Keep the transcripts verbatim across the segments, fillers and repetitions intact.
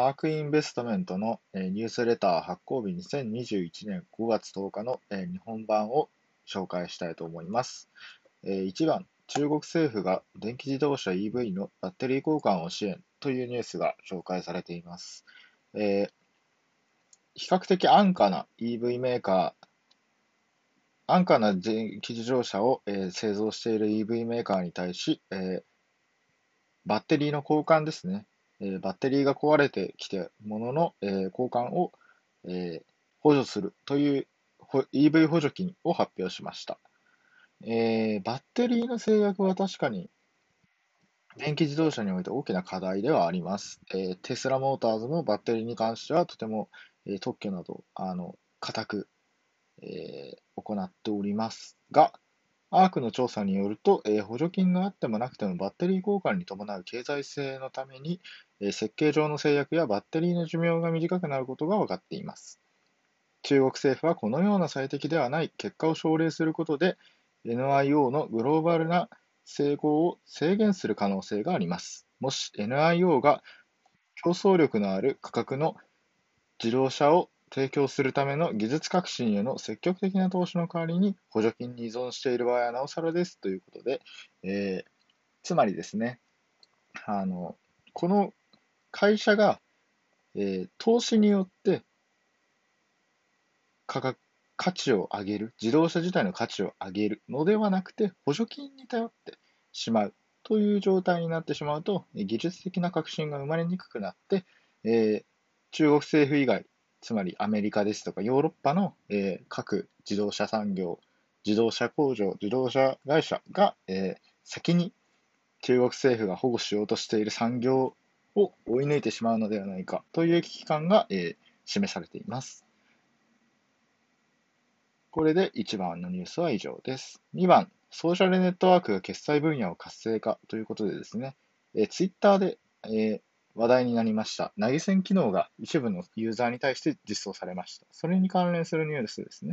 アークインベストメントのえーニュースレター発行日にせんにじゅういちねんごがつとおかのえー日本版を紹介したいと思います。えーいちばん、中国政府が電気自動車 イーブイ のバッテリー交換を支援というニュースが紹介されています。えー比較的安価な イーブイ メーカー、安価な電気自動車をえー製造している イーブイ メーカーに対し、えーバッテリーの交換ですね。えーバッテリーが壊れてきたものの、えー交換を、えー補助するという イーブイ 補助金を発表しました。えーバッテリーの制約は確かに電気自動車において大きな課題ではあります。えーテスラモーターズもバッテリーに関してはとても、えー特許など、あの、固く、えー行っておりますが、アークの調査によると、えー補助金があってもなくてもバッテリー交換に伴う経済性のために、えー設計上の制約やバッテリーの寿命が短くなることが分かっています。中国政府はこのような最適ではない結果を奨励することで、エヌアイオー のグローバルな成功を制限する可能性があります。もし エヌアイオー が競争力のある価格の自動車を提供するための技術革新への積極的な投資の代わりに補助金に依存している場合はなおさらですということで、えーつまりですね、あの、この会社が、えー投資によって価格、価値を上げる、自動車自体の価値を上げるのではなくて、補助金に頼ってしまうという状態になってしまうと、技術的な革新が生まれにくくなって、えー中国政府以外、つまりアメリカですとかヨーロッパの、えー各自動車産業、自動車工場、自動車会社が、えー先に中国政府が保護しようとしている産業を追い抜いてしまうのではないかという危機感が、えー示されています。これでいちばんのニュースは以上です。にばん、ソーシャルネットワークが決済分野を活性化ということでですね、えー、ツイッターで、えー話題になりました投げ銭機能が一部のユーザーに対して実装されました。それに関連するニュースですね。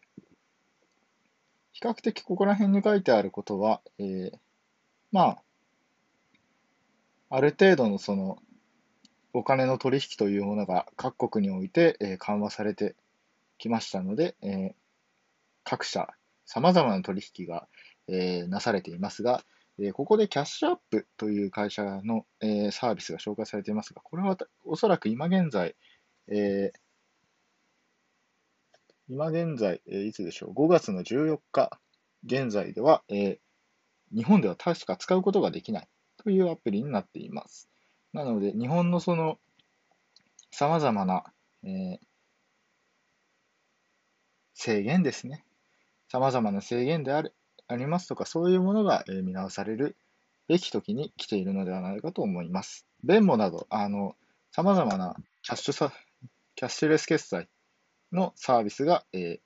比較的ここら辺に書いてあることは、えーまあ、ある程度のそのお金の取引というものが各国において、えー緩和されてきましたので、えー各社、様々な取引が、えーなされていますが、えーここでキャッシュアップという会社の、えーサービスが紹介されていますが、これはおそらく今現在、えー今現在、えーいつでしょう、ごがつのじゅうよっか現在では、えー日本では確か使うことができないというアプリになっています。なので、日本のその様々な、えー制限ですね。様々な制限である、ありますとか、そういうものが、えー見直されるべき時に来ているのではないかと思います。ベンモなど、あの、様々なキャッシュサ、キャッシュレス決済のサービスが、えー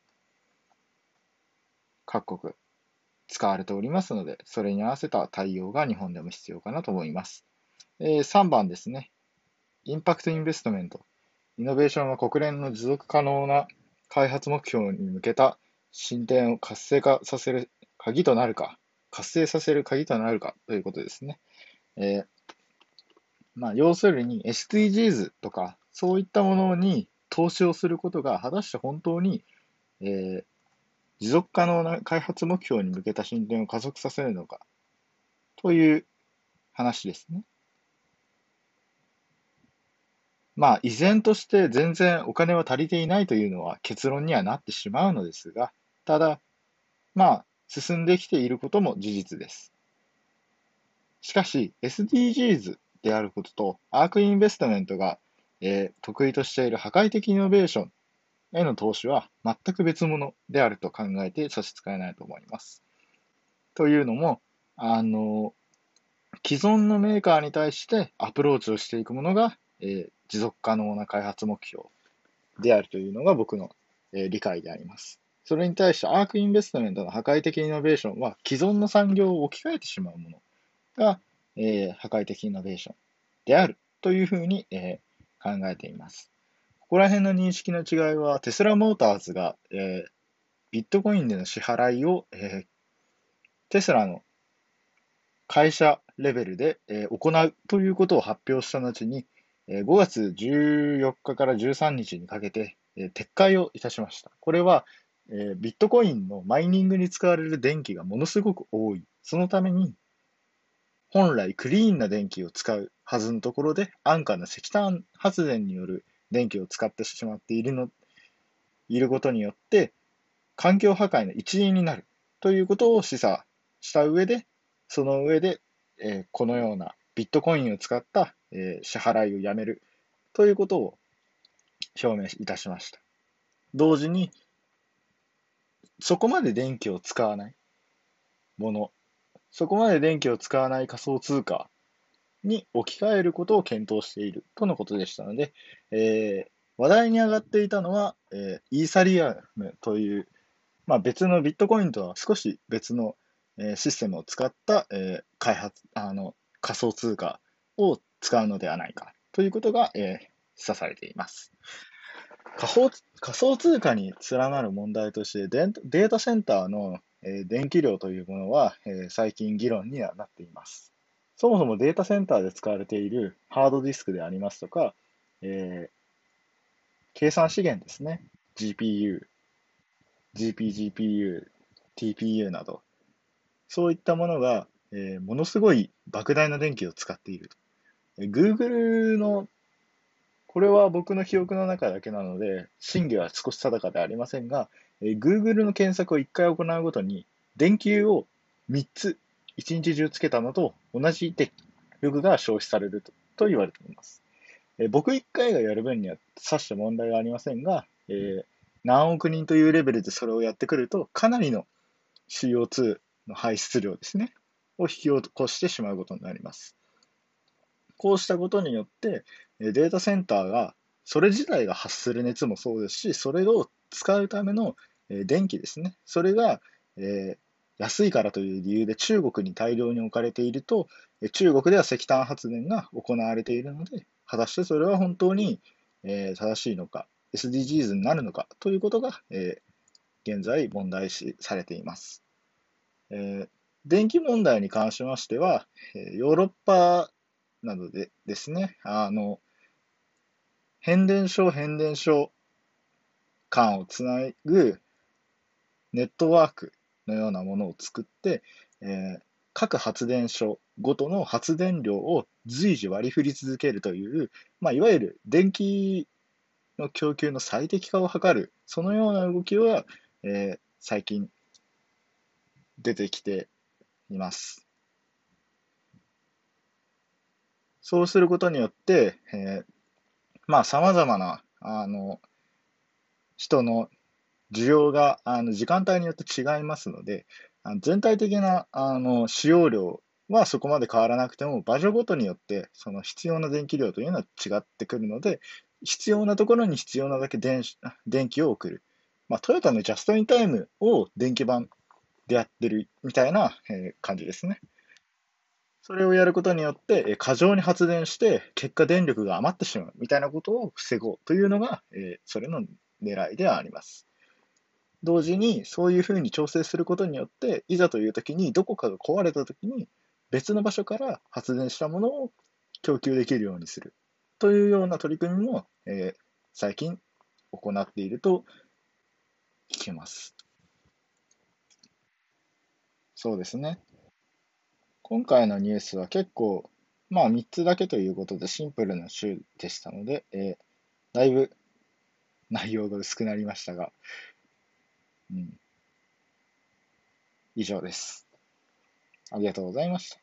各国使われておりますので、それに合わせた対応が日本でも必要かなと思います。えーさんばんですね。インパクトインベストメント。イノベーションは国連の持続可能な開発目標に向けた進展を活性化させる鍵となるか、活性させる鍵となるかということですね。えーまあ、要するに エスディージーズ とか、そういったものに投資をすることが果たして本当に、えー持続可能な開発目標に向けた進展を加速させるのかという話ですね。まあ、依然として全然お金は足りていないというのは結論にはなってしまうのですが、ただ、まあ、進んできていることも事実です。しかし、エスディージーズ であることと、アークインベストメントが、えー得意としている破壊的イノベーションへの投資は全く別物であると考えて差し支えないと思います。というのも、あの、既存のメーカーに対してアプローチをしていくものが、えー持続可能な開発目標であるというのが僕の、えー理解であります。それに対してアークインベストメントの破壊的イノベーションは既存の産業を置き換えてしまうものが、えー破壊的イノベーションであるというふうに、えー考えています。ここら辺の認識の違いは、テスラモーターズが、えービットコインでの支払いを、えーテスラの会社レベルで、えー行うということを発表した後に、 えーごがつじゅうよっかかからじゅうさんにちにかけて、えー撤回をいたしました。これは、えービットコインのマイニングに使われる電気がものすごく多い。そのために、本来クリーンな電気を使うはずのところで、安価な石炭発電による電気を使ってしまっているの、いることによって、環境破壊の一因になるということを示唆した上で、その上で、えーこのようなビットコインを使った、えー支払いをやめるということを表明いたしました。同時に、そこまで電気を使わないもの、そこまで電気を使わない仮想通貨に置き換えることを検討しているとのことでしたので、えー話題に上がっていたのは、えーイーサリアムという、まあ、別のビットコインとは少し別の、えーシステムを使った、えー開発あの仮想通貨を使うのではないかということが、えー示唆されています。仮想仮想通貨に連なる問題としてデ、データセンターの、えー電気量というものは、えー最近議論にはなっています。そもそもデータセンターで使われているハードディスクでありますとか、えー計算資源ですね。ジーピーユー、ジーピージーピーユー、ティーピーユー など、そういったものが、えーものすごい莫大な電気を使っていると。えー Google の、これは僕の記憶の中だけなので、真偽は少し定かではありませんが、えー Google の検索をいっかい行うごとに、電球をみっつ、一日中つけたのと同じ電力が消費されるとと言われています。えー僕いっかいがやる分にはさして問題はありませんが、えー何億人というレベルでそれをやってくると、かなりの シーオーツー の排出量ですね、を引き起こしてしまうことになります。こうしたことによって、データセンターが、それ自体が発する熱もそうですし、それを使うための電気ですね、それが、えー安いからという理由で中国に大量に置かれていると、中国では石炭発電が行われているので、果たしてそれは本当に、えー正しいのか、エスディージーズ になるのかということが、えー現在問題視されています。えー電気問題に関しましては、えーヨーロッパなどでですね、あの、変電所、変電所間をつなぐネットワークのようなものを作って、えー各発電所ごとの発電量を随時割り振り続けるという、まあ、いわゆる電気の供給の最適化を図る、そのような動きは、えー最近出てきています。そうすることによって、えーまあ、様々な、あの、人の需要が、あの、時間帯によって違いますので、あの全体的な、あの、使用量はそこまで変わらなくても、場所ごとによって、その必要な電気量というのは違ってくるので、必要なところに必要なだけ電子電気を送る。まあ、トヨタのジャストインタイムを電気版でやってるみたいな、えー感じですね。それをやることによって、えー過剰に発電して、結果電力が余ってしまうみたいなことを防ごうというのが、えーそれの狙いではあります。同時に、そういうふうに調整することによって、いざという時に、どこかが壊れた時に、別の場所から発電したものを供給できるようにするというような取り組みも、えー最近行っていると聞きます。そうですね。今回のニュースは結構、まあみっつだけということでシンプルな週でしたので、えーだいぶ内容が薄くなりましたが、うん、以上です。ありがとうございました。